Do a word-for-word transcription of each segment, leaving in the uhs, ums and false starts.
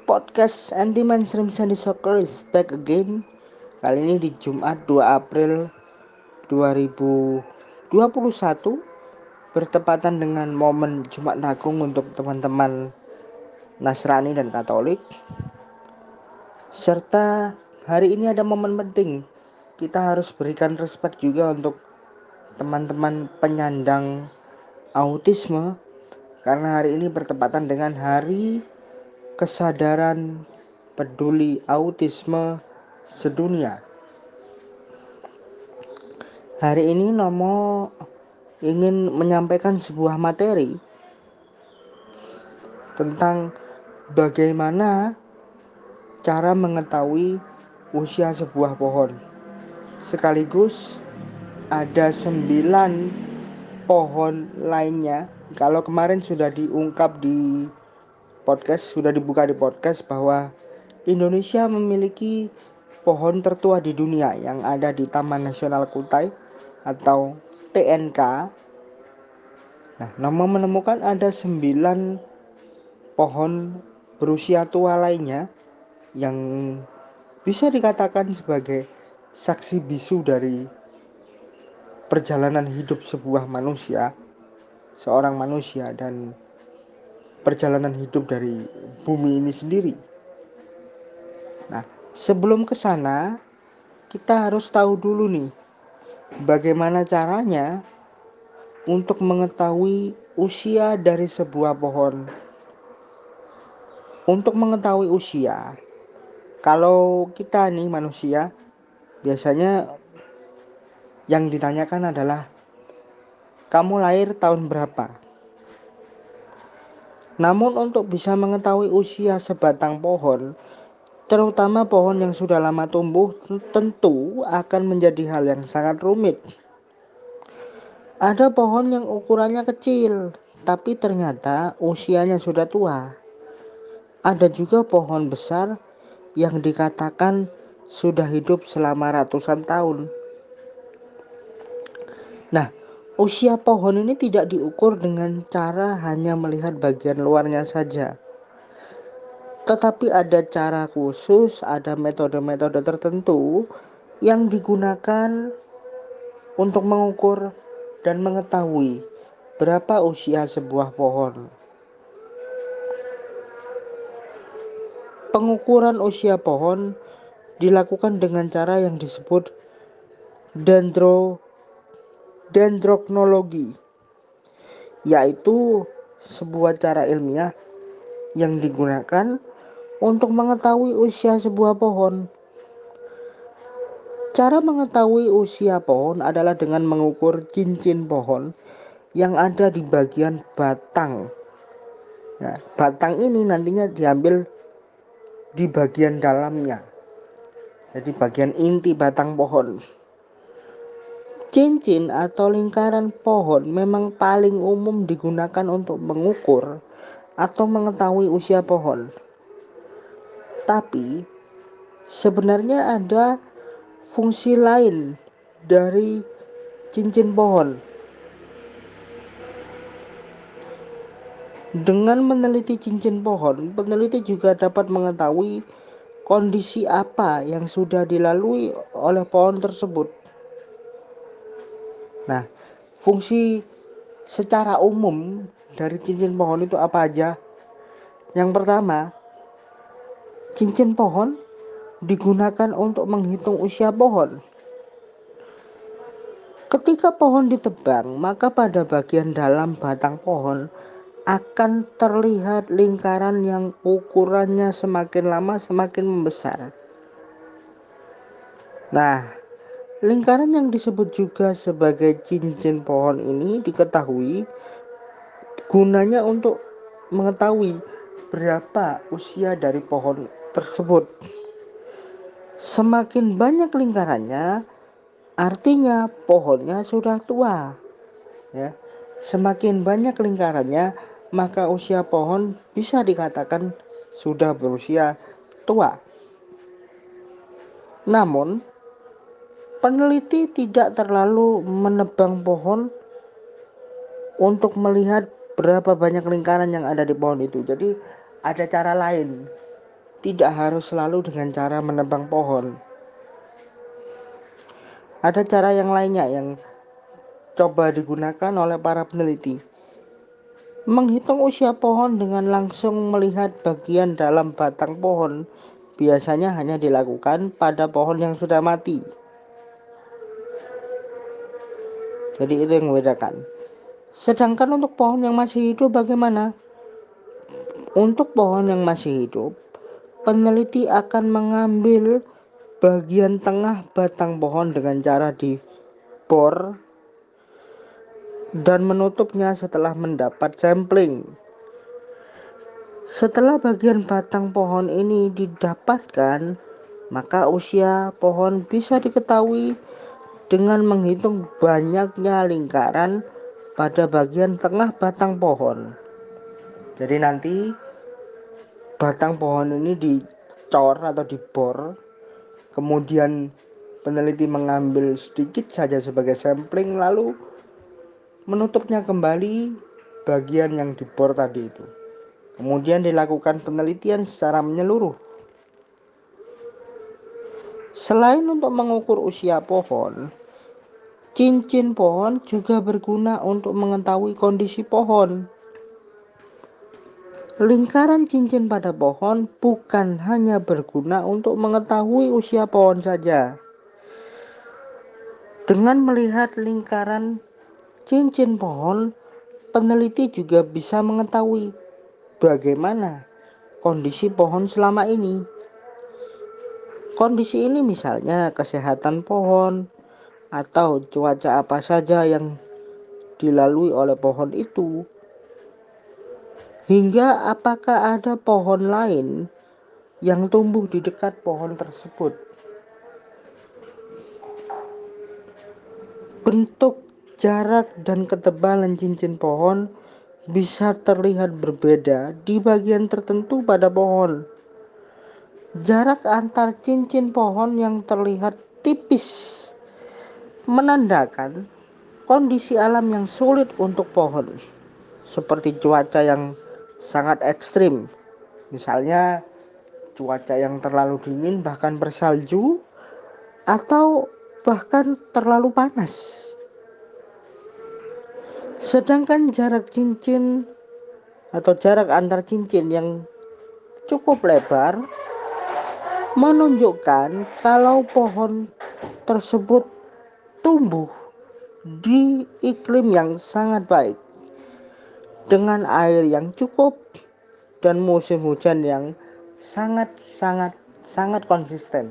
Podcast Anti Mainstream Sandy Soccer is back again. Kali ini di Jumat dua April dua ribu dua puluh satu, bertepatan dengan momen Jumat Agung untuk teman-teman Nasrani dan Katolik. Serta hari ini ada momen penting. Kita harus berikan respect juga untuk teman-teman penyandang autisme, karena hari ini bertepatan dengan hari kesadaran peduli autisme sedunia. Hari ini Nomo ingin menyampaikan sebuah materi tentang bagaimana cara mengetahui usia sebuah pohon. Sekaligus ada sembilan pohon lainnya. Kalau kemarin sudah diungkap di podcast, sudah dibuka di podcast bahwa Indonesia memiliki pohon tertua di dunia yang ada di Taman Nasional Kutai atau T N K. Nah, Nomo menemukan ada sembilan pohon berusia tua lainnya yang bisa dikatakan sebagai saksi bisu dari perjalanan hidup sebuah manusia, seorang manusia, dan perjalanan hidup dari bumi ini sendiri. Nah, sebelum ke sana, kita harus tahu dulu nih, bagaimana caranya untuk mengetahui usia dari sebuah pohon. Untuk mengetahui usia, kalau kita nih manusia, biasanya yang ditanyakan adalah, kamu lahir tahun berapa? Namun untuk bisa mengetahui usia sebatang pohon, terutama pohon yang sudah lama tumbuh, tentu akan menjadi hal yang sangat rumit. Ada pohon yang ukurannya kecil, tapi ternyata usianya sudah tua. Ada juga pohon besar yang dikatakan sudah hidup selama ratusan tahun. Nah, usia pohon ini tidak diukur dengan cara hanya melihat bagian luarnya saja. Tetapi ada cara khusus, ada metode-metode tertentu yang digunakan untuk mengukur dan mengetahui berapa usia sebuah pohon. Pengukuran usia pohon dilakukan dengan cara yang disebut dendro dendroknologi, yaitu sebuah cara ilmiah yang digunakan untuk mengetahui usia sebuah pohon. Cara mengetahui usia pohon adalah dengan mengukur cincin pohon yang ada di bagian batang. Nah, batang ini nantinya diambil di bagian dalamnya, jadi bagian inti batang pohon. Cincin atau lingkaran pohon memang paling umum digunakan untuk mengukur atau mengetahui usia pohon. Tapi sebenarnya ada fungsi lain dari cincin pohon. Dengan meneliti cincin pohon, peneliti juga dapat mengetahui kondisi apa yang sudah dilalui oleh pohon tersebut. Nah, fungsi secara umum dari cincin pohon itu apa aja? Yang pertama, cincin pohon digunakan untuk menghitung usia pohon. Ketika pohon ditebang, maka pada bagian dalam batang pohon akan terlihat lingkaran yang ukurannya semakin lama semakin membesar. Nah, lingkaran yang disebut juga sebagai cincin pohon ini diketahui gunanya untuk mengetahui berapa usia dari pohon tersebut. Semakin banyak lingkarannya, artinya pohonnya sudah tua. Ya, semakin banyak lingkarannya, maka usia pohon bisa dikatakan sudah berusia tua. Namun, peneliti tidak terlalu menebang pohon untuk melihat berapa banyak lingkaran yang ada di pohon itu. Jadi ada cara lain. tidak harus selalu dengan cara menebang pohon. Ada cara yang lainnya yang coba digunakan oleh para peneliti. Menghitung usia pohon dengan langsung melihat bagian dalam batang pohon biasanya hanya dilakukan pada pohon yang sudah mati. Jadi itu yang membedakan. Sedangkan untuk pohon yang masih hidup bagaimana? Untuk pohon yang masih hidup, peneliti akan mengambil bagian tengah batang pohon dengan cara dibor dan menutupnya setelah mendapat sampling. Setelah bagian batang pohon ini didapatkan, maka usia pohon bisa diketahui dengan menghitung banyaknya lingkaran pada bagian tengah batang pohon. Jadi nanti batang pohon ini dicor atau dibor, kemudian peneliti mengambil sedikit saja sebagai sampling lalu menutupnya kembali bagian yang dibor tadi itu. Kemudian dilakukan penelitian secara menyeluruh. Selain untuk mengukur usia pohon, cincin pohon juga berguna untuk mengetahui kondisi pohon. Lingkaran cincin pada pohon bukan hanya berguna untuk mengetahui usia pohon saja. Dengan melihat lingkaran cincin pohon, peneliti juga bisa mengetahui bagaimana kondisi pohon selama ini. Kondisi ini misalnya kesehatan pohon atau cuaca apa saja yang dilalui oleh pohon itu, hingga apakah ada pohon lain yang tumbuh di dekat pohon tersebut. Bentuk, jarak, dan ketebalan cincin pohon bisa terlihat berbeda di bagian tertentu pada pohon. Jarak antar cincin pohon yang terlihat tipis menandakan kondisi alam yang sulit untuk pohon, seperti cuaca yang sangat ekstrim, misalnya cuaca yang terlalu dingin bahkan bersalju, atau bahkan terlalu panas. Sedangkan jarak cincin atau jarak antar cincin yang cukup lebar menunjukkan kalau pohon tersebut tumbuh di iklim yang sangat baik dengan air yang cukup dan musim hujan yang sangat sangat sangat konsisten.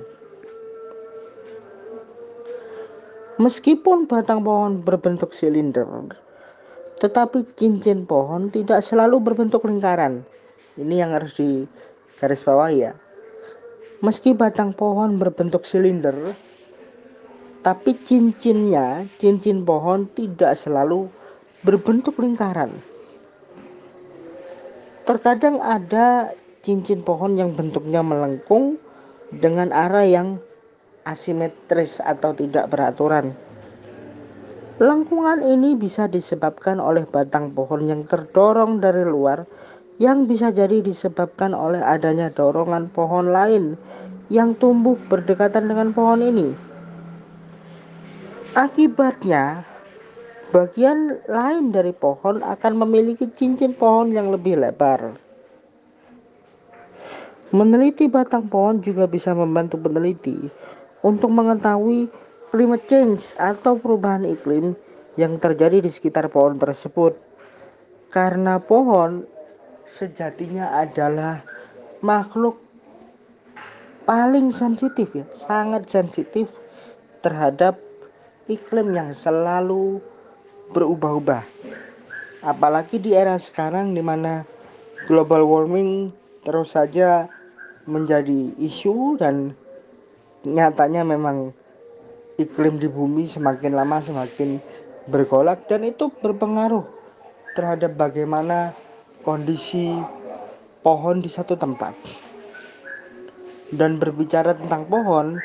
Meskipun batang pohon berbentuk silinder, tetapi cincin pohon tidak selalu berbentuk lingkaran. Ini yang harus digarisbawahi ya. Meski batang pohon berbentuk silinder, tapi cincinnya, cincin pohon tidak selalu berbentuk lingkaran. Terkadang ada cincin pohon yang bentuknya melengkung dengan arah yang asimetris atau tidak beraturan. Lengkungan ini bisa disebabkan oleh batang pohon yang terdorong dari luar, yang bisa jadi disebabkan oleh adanya dorongan pohon lain yang tumbuh berdekatan dengan pohon ini. Akibatnya, bagian lain dari pohon akan memiliki cincin pohon yang lebih lebar. Meneliti batang pohon juga bisa membantu peneliti untuk mengetahui climate change atau perubahan iklim yang terjadi di sekitar pohon tersebut. Karena pohon sejatinya adalah makhluk paling sensitif ya, sangat sensitif terhadap iklim yang selalu berubah-ubah. Apalagi di era sekarang di mana global warming terus saja menjadi isu dan nyatanya memang iklim di bumi semakin lama semakin bergolak, dan itu berpengaruh terhadap bagaimana kondisi pohon di satu tempat. Dan berbicara tentang pohon,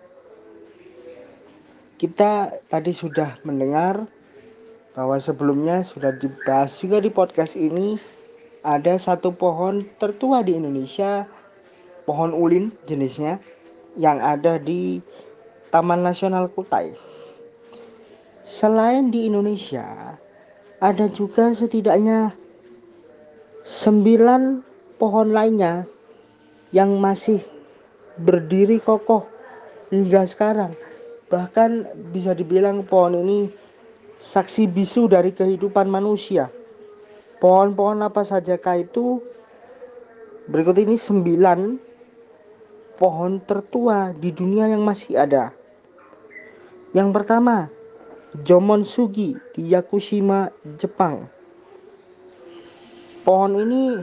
kita tadi sudah mendengar bahwa sebelumnya sudah dibahas juga di podcast ini, ada satu pohon tertua di Indonesia pohon ulin jenisnya yang ada di Taman Nasional Kutai. Selain di Indonesia, ada juga setidaknya sembilan pohon lainnya yang masih berdiri kokoh hingga sekarang. Bahkan bisa dibilang pohon ini saksi bisu dari kehidupan manusia. Pohon-pohon apa sajakah itu? Berikut ini sembilan pohon tertua di dunia yang masih ada. Yang pertama, Jomon Sugi di Yakushima, Jepang. Pohon ini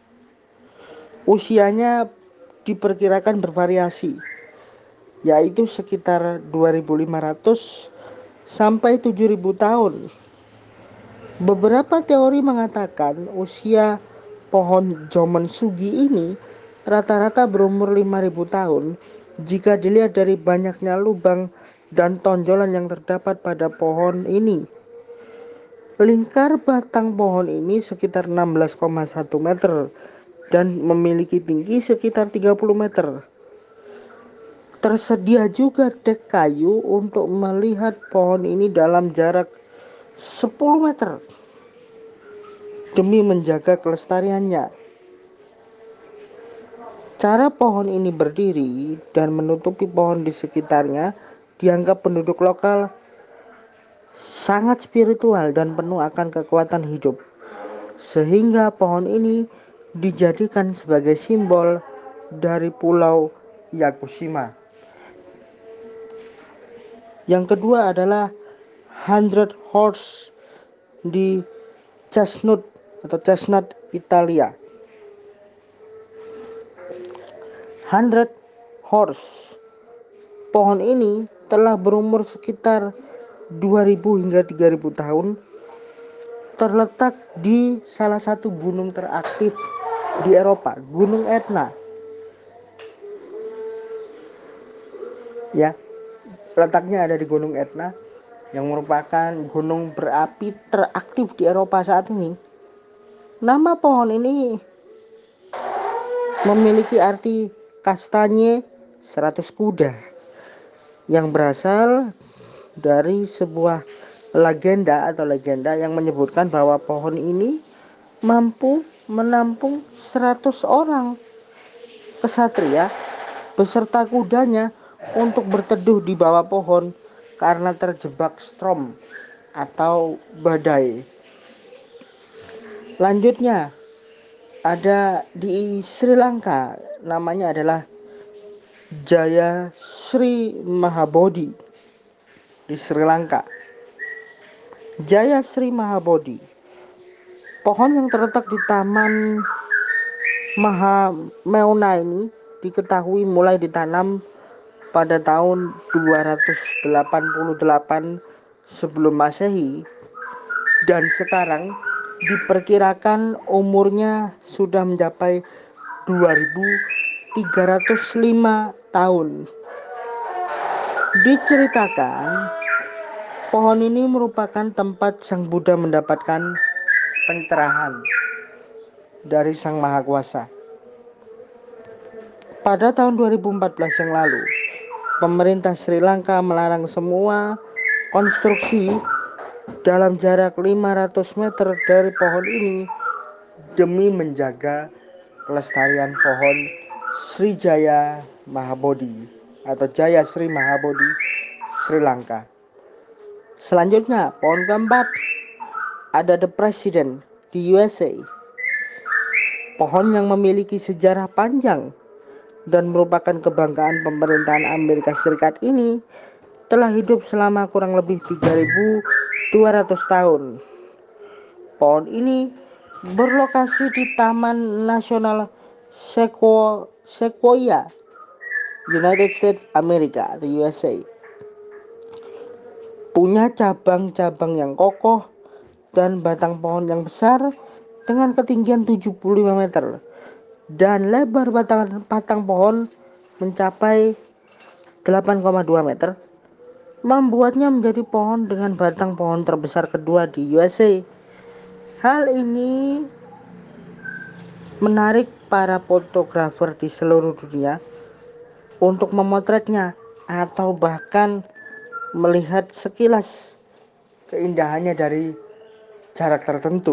usianya diperkirakan bervariasi, yaitu sekitar dua ribu lima ratus sampai tujuh ribu tahun. Beberapa teori mengatakan usia pohon Jomon Sugi ini rata-rata berumur lima ribu tahun jika dilihat dari banyaknya lubang dan tonjolan yang terdapat pada pohon ini. Lingkar batang pohon ini sekitar enam belas koma satu meter dan memiliki tinggi sekitar tiga puluh meter. Tersedia juga dek kayu untuk melihat pohon ini dalam jarak sepuluh meter demi menjaga kelestariannya. Cara pohon ini berdiri dan menutupi pohon di sekitarnya dianggap penduduk lokal sangat spiritual dan penuh akan kekuatan hidup, sehingga pohon ini dijadikan sebagai simbol dari pulau Yakushima. Yang kedua adalah Hundred Horse di Chestnut atau Chestnut, Italia. Hundred Horse. Pohon ini telah berumur sekitar dua ribu hingga tiga ribu tahun, terletak di salah satu gunung teraktif di Eropa, Gunung Etna. Ya, letaknya ada di Gunung Etna yang merupakan gunung berapi teraktif di Eropa saat ini. Nama pohon ini memiliki arti kastanye seratus kuda yang berasal dari sebuah legenda atau legenda yang menyebutkan bahwa pohon ini mampu menampung seratus orang kesatria beserta kudanya untuk berteduh di bawah pohon karena terjebak storm atau badai. Lanjutnya ada di Sri Lanka, namanya adalah Jaya Sri Mahabodhi di Sri Lanka. Jaya Sri Mahabodhi, pohon yang terletak di Taman Mahameuna ini diketahui mulai ditanam pada tahun dua ratus delapan puluh delapan sebelum Masehi dan sekarang diperkirakan umurnya sudah mencapai dua ribu tiga ratus lima tahun. Diceritakan pohon ini merupakan tempat Sang Buddha mendapatkan pencerahan dari Sang Maha Kuasa. Pada tahun dua ribu empat belas yang lalu, pemerintah Sri Lanka melarang semua konstruksi dalam jarak lima ratus meter dari pohon ini demi menjaga kelestarian pohon Srijaya Mahabodhi atau Jaya Sri Mahabodhi Sri Lanka. Selanjutnya, pohon keempat ada The President di U S A. Pohon yang memiliki sejarah panjang dan merupakan kebanggaan pemerintahan Amerika Serikat ini telah hidup selama kurang lebih tiga ribu dua ratus tahun. Pohon ini berlokasi di Taman Nasional Sequoia, United States America atau U S A. Punya cabang-cabang yang kokoh dan batang pohon yang besar dengan ketinggian tujuh puluh lima meter dan lebar batang, batang pohon mencapai delapan koma dua meter, membuatnya menjadi pohon dengan batang pohon terbesar kedua di U S A. Hal ini menarik para fotografer di seluruh dunia untuk memotretnya atau bahkan melihat sekilas keindahannya dari jarak tertentu.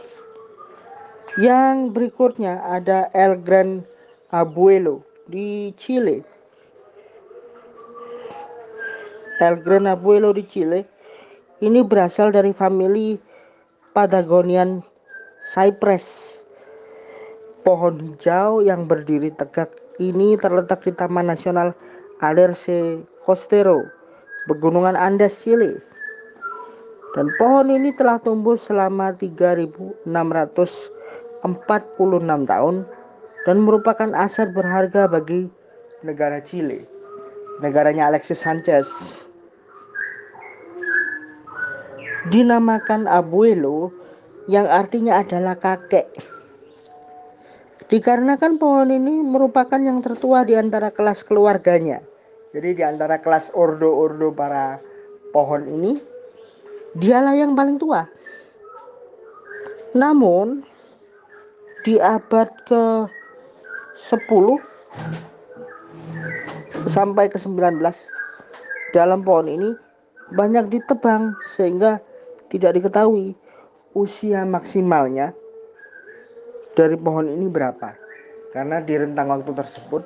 Yang berikutnya ada El Gran Abuelo di Chile. El Gran Abuelo di Chile ini berasal dari famili Patagonian Cypress. Pohon hijau yang berdiri tegak ini terletak di Taman Nasional Alerce Costero, Pegunungan Andes, Chile. Dan pohon ini telah tumbuh selama tiga ribu enam ratus empat puluh enam tahun dan merupakan aset berharga bagi negara Chile, negaranya Alexis Sanchez. Dinamakan Abuelo yang artinya adalah kakek, dikarenakan pohon ini merupakan yang tertua di antara kelas keluarganya. Jadi di antara kelas ordo-ordo para pohon ini, dialah yang paling tua. Namun di abad ke sepuluh sampai ke sembilan belas, dalam pohon ini banyak ditebang sehingga tidak diketahui usia maksimalnya dari pohon ini berapa. Karena di rentang waktu tersebut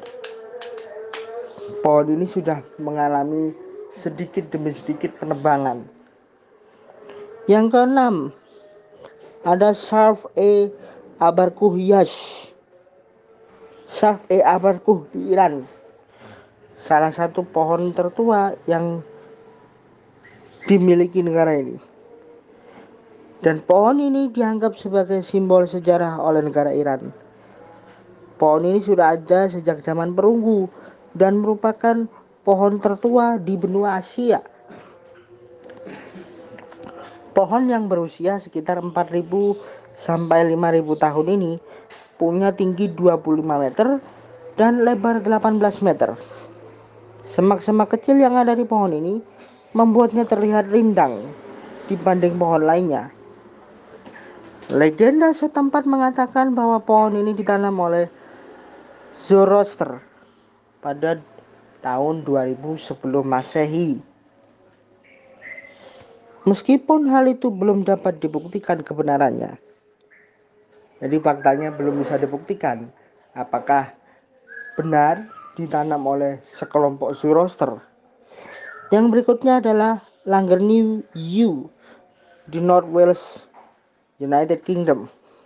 pohon ini sudah mengalami sedikit demi sedikit penebangan. Yang keenam ada Sharp E Abarkuhiyash. Sharp E Abarkuh di Iran, salah satu pohon tertua yang dimiliki negara ini. Dan pohon ini dianggap sebagai simbol sejarah oleh negara Iran. Pohon ini sudah ada sejak zaman perunggu dan merupakan pohon tertua di benua Asia. Pohon yang berusia sekitar empat ribu sampai lima ribu tahun ini punya tinggi dua puluh lima meter dan lebar delapan belas meter. Semak-semak kecil yang ada di pohon ini membuatnya terlihat rindang dibanding pohon lainnya. Legenda setempat mengatakan bahwa pohon ini ditanam oleh Zoroaster pada tahun dua ribu sebelum Masehi. Meskipun hal itu belum dapat dibuktikan kebenarannya. Jadi faktanya belum bisa dibuktikan apakah benar ditanam oleh sekelompok Zoroaster. Yang berikutnya adalah Langernew Yew di North Wales, United Kingdom.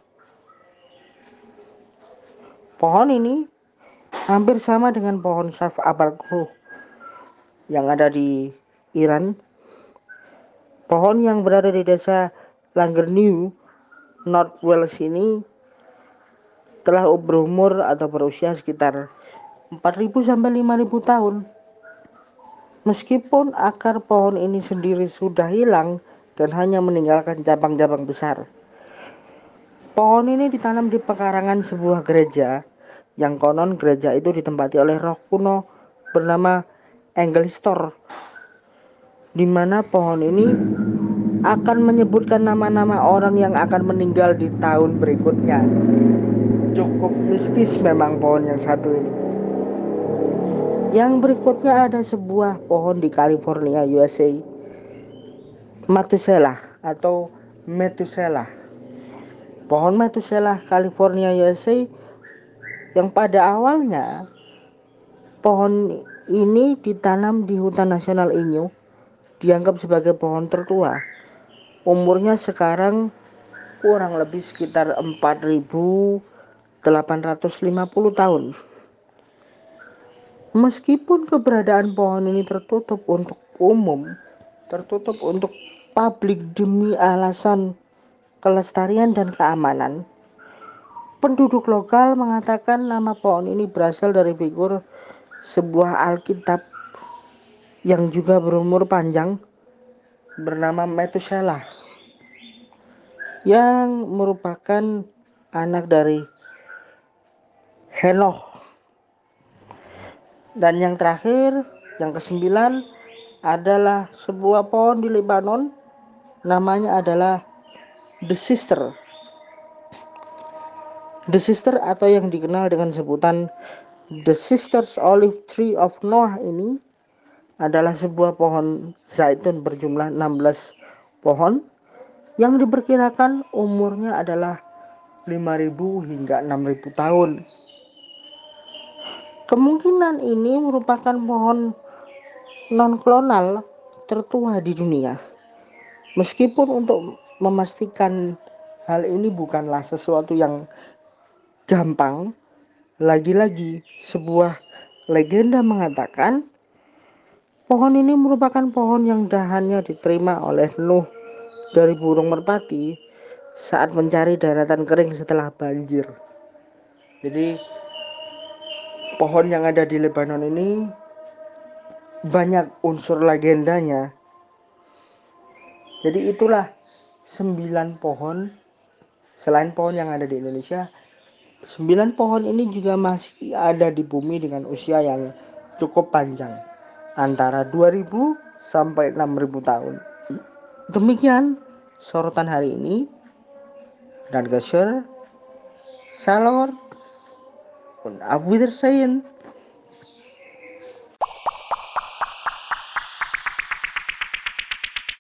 Pohon ini hampir sama dengan pohon Sharp Abarkuh yang ada di Iran. Pohon yang berada di desa Langernew, North Wales ini telah berumur atau berusia sekitar empat ribu sampai lima ribu tahun. Meskipun akar pohon ini sendiri sudah hilang dan hanya meninggalkan cabang-cabang besar. Pohon ini ditanam di pekarangan sebuah gereja yang konon gereja itu ditempati oleh roh kuno bernama Engelistor, di mana pohon ini akan menyebutkan nama-nama orang yang akan meninggal di tahun berikutnya. Cukup mistis memang pohon yang satu ini. Yang berikutnya ada sebuah pohon di California, U S A, Methuselah atau Methuselah. Pohon Methuselah California, U S A, yang pada awalnya pohon ini ditanam di hutan nasional Inyo, dianggap sebagai pohon tertua. Umurnya sekarang kurang lebih sekitar empat ribu delapan ratus lima puluh tahun. Meskipun keberadaan pohon ini tertutup untuk umum, tertutup untuk publik demi alasan kelestarian dan keamanan, penduduk lokal mengatakan nama pohon ini berasal dari figur sebuah Alkitab yang juga berumur panjang bernama Methuselah, yang merupakan anak dari Henoch. Dan yang terakhir, yang kesembilan adalah sebuah pohon di Lebanon, namanya adalah The Sister. The Sister atau yang dikenal dengan sebutan The Sisters Olive Tree of Noah ini adalah sebuah pohon zaitun berjumlah enam belas pohon yang diperkirakan umurnya adalah lima ribu hingga enam ribu tahun. Kemungkinan ini merupakan pohon non-klonal tertua di dunia. Meskipun untuk memastikan hal ini bukanlah sesuatu yang gampang, lagi-lagi sebuah legenda mengatakan pohon ini merupakan pohon yang dahannya diterima oleh Nuh dari burung merpati saat mencari daratan kering setelah banjir. Jadi pohon yang ada di Lebanon ini banyak unsur legendanya. Jadi itulah sembilan pohon, selain pohon yang ada di Indonesia, sembilan pohon ini juga masih ada di bumi dengan usia yang cukup panjang, antara dua ribu sampai enam ribu tahun. Demikian sorotan hari ini. Dan Gesher, Salor, und auf Wiedersehen.